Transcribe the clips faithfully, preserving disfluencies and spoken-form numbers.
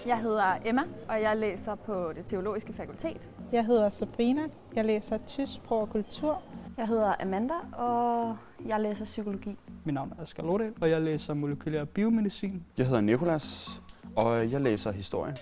Jeg hedder Emma, og jeg læser på Det Teologiske Fakultet. Jeg hedder Sabrina. Jeg læser tysk, sprog og kultur. Jeg hedder Amanda, og jeg læser psykologi. Mit navn er Charlotte, og jeg læser molekylær biomedicin. Jeg hedder Nikolas, og jeg læser historie.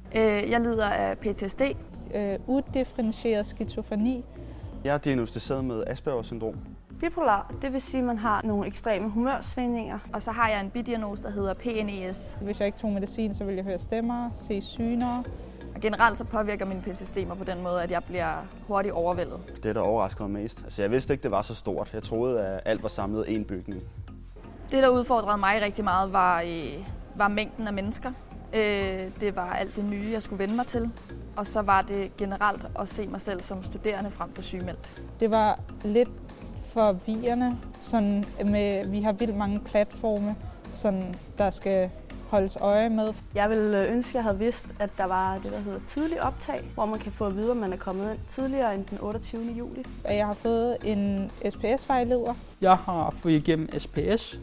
Jeg lider af P T S D. Udifferentieret skizofreni. Jeg er diagnosticeret med Aspergers syndrom. Bipolar, det vil sige, at man har nogle ekstreme humørsvingninger. Og så har jeg en bidiagnose, der hedder P N E S. Hvis jeg ikke tog medicin, så ville jeg høre stemmer, se syner. Og generelt så påvirker min P T S D mig på den måde, at jeg bliver hurtigt overvældet. Det, der overraskede mig mest. Altså, jeg vidste ikke, det var så stort. Jeg troede, at alt var samlet i én bygning. Det, der udfordrede mig rigtig meget, var, øh, var mængden af mennesker. Øh, det var alt det nye, jeg skulle vende mig til. Og så var det generelt at se mig selv som studerende frem for sygemeldt. Det var lidt forvirrende. Sådan med, vi har vildt mange platforme, sådan, der skal holdes øje med. Jeg ville ønske, at jeg havde vidst, at der var det, der hedder tidlig optag, hvor man kan få at vide, at man er kommet ind tidligere end den otteogtyvende juli. Jeg har fået en S P S-vejleder. Jeg har fået igennem S P S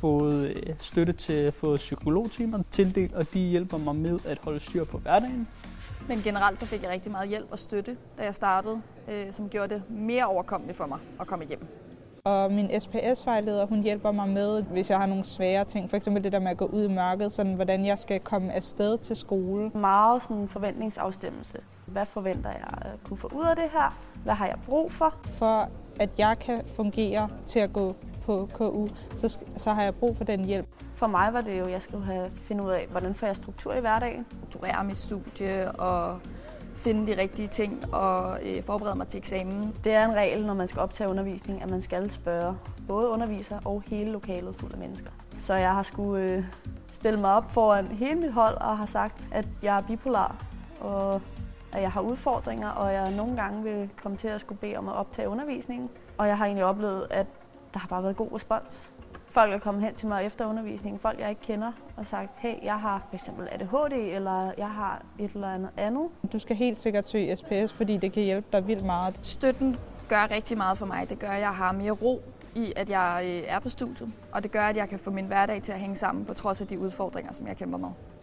fået støtte til at få psykologtimer tildelt, og de hjælper mig med at holde styr på hverdagen. Men generelt så fik jeg rigtig meget hjælp og støtte, da jeg startede, øh, som gjorde det mere overkommeligt for mig at komme igennem. Og min S P S-vejleder, hun hjælper mig med, hvis jeg har nogle svære ting. For eksempel det der med at gå ud i mørket, sådan hvordan jeg skal komme afsted til skole. Meget sådan forventningsafstemmelse. Hvad forventer jeg at kunne få ud af det her? Hvad har jeg brug for? For at jeg kan fungere til at gå på K U, så, så har jeg brug for den hjælp. For mig var det jo, at jeg skulle have finde ud af, hvordan får jeg struktur i hverdagen. Strukturere mit studie og finde de rigtige ting og øh, forberede mig til eksamen. Det er en regel, når man skal optage undervisning, at man skal spørge både underviser og hele lokalet fuld af mennesker. Så jeg har skulle øh, stille mig op foran hele mit hold og har sagt, at jeg er bipolar, og at jeg har udfordringer, og jeg nogle gange vil komme til at skulle bede om at optage undervisningen. Og jeg har egentlig oplevet, at der har bare været god respons. Folk er kommet hen til mig efter undervisningen, folk jeg ikke kender, og sagt, hey, jeg har f.eks. A D H D, eller jeg har et eller andet andet. Du skal helt sikkert søge S P S, fordi det kan hjælpe dig vildt meget. Støtten gør rigtig meget for mig. Det gør, at jeg har mere ro i, at jeg er på studiet, og det gør, at jeg kan få min hverdag til at hænge sammen, på trods af de udfordringer, som jeg kæmper med.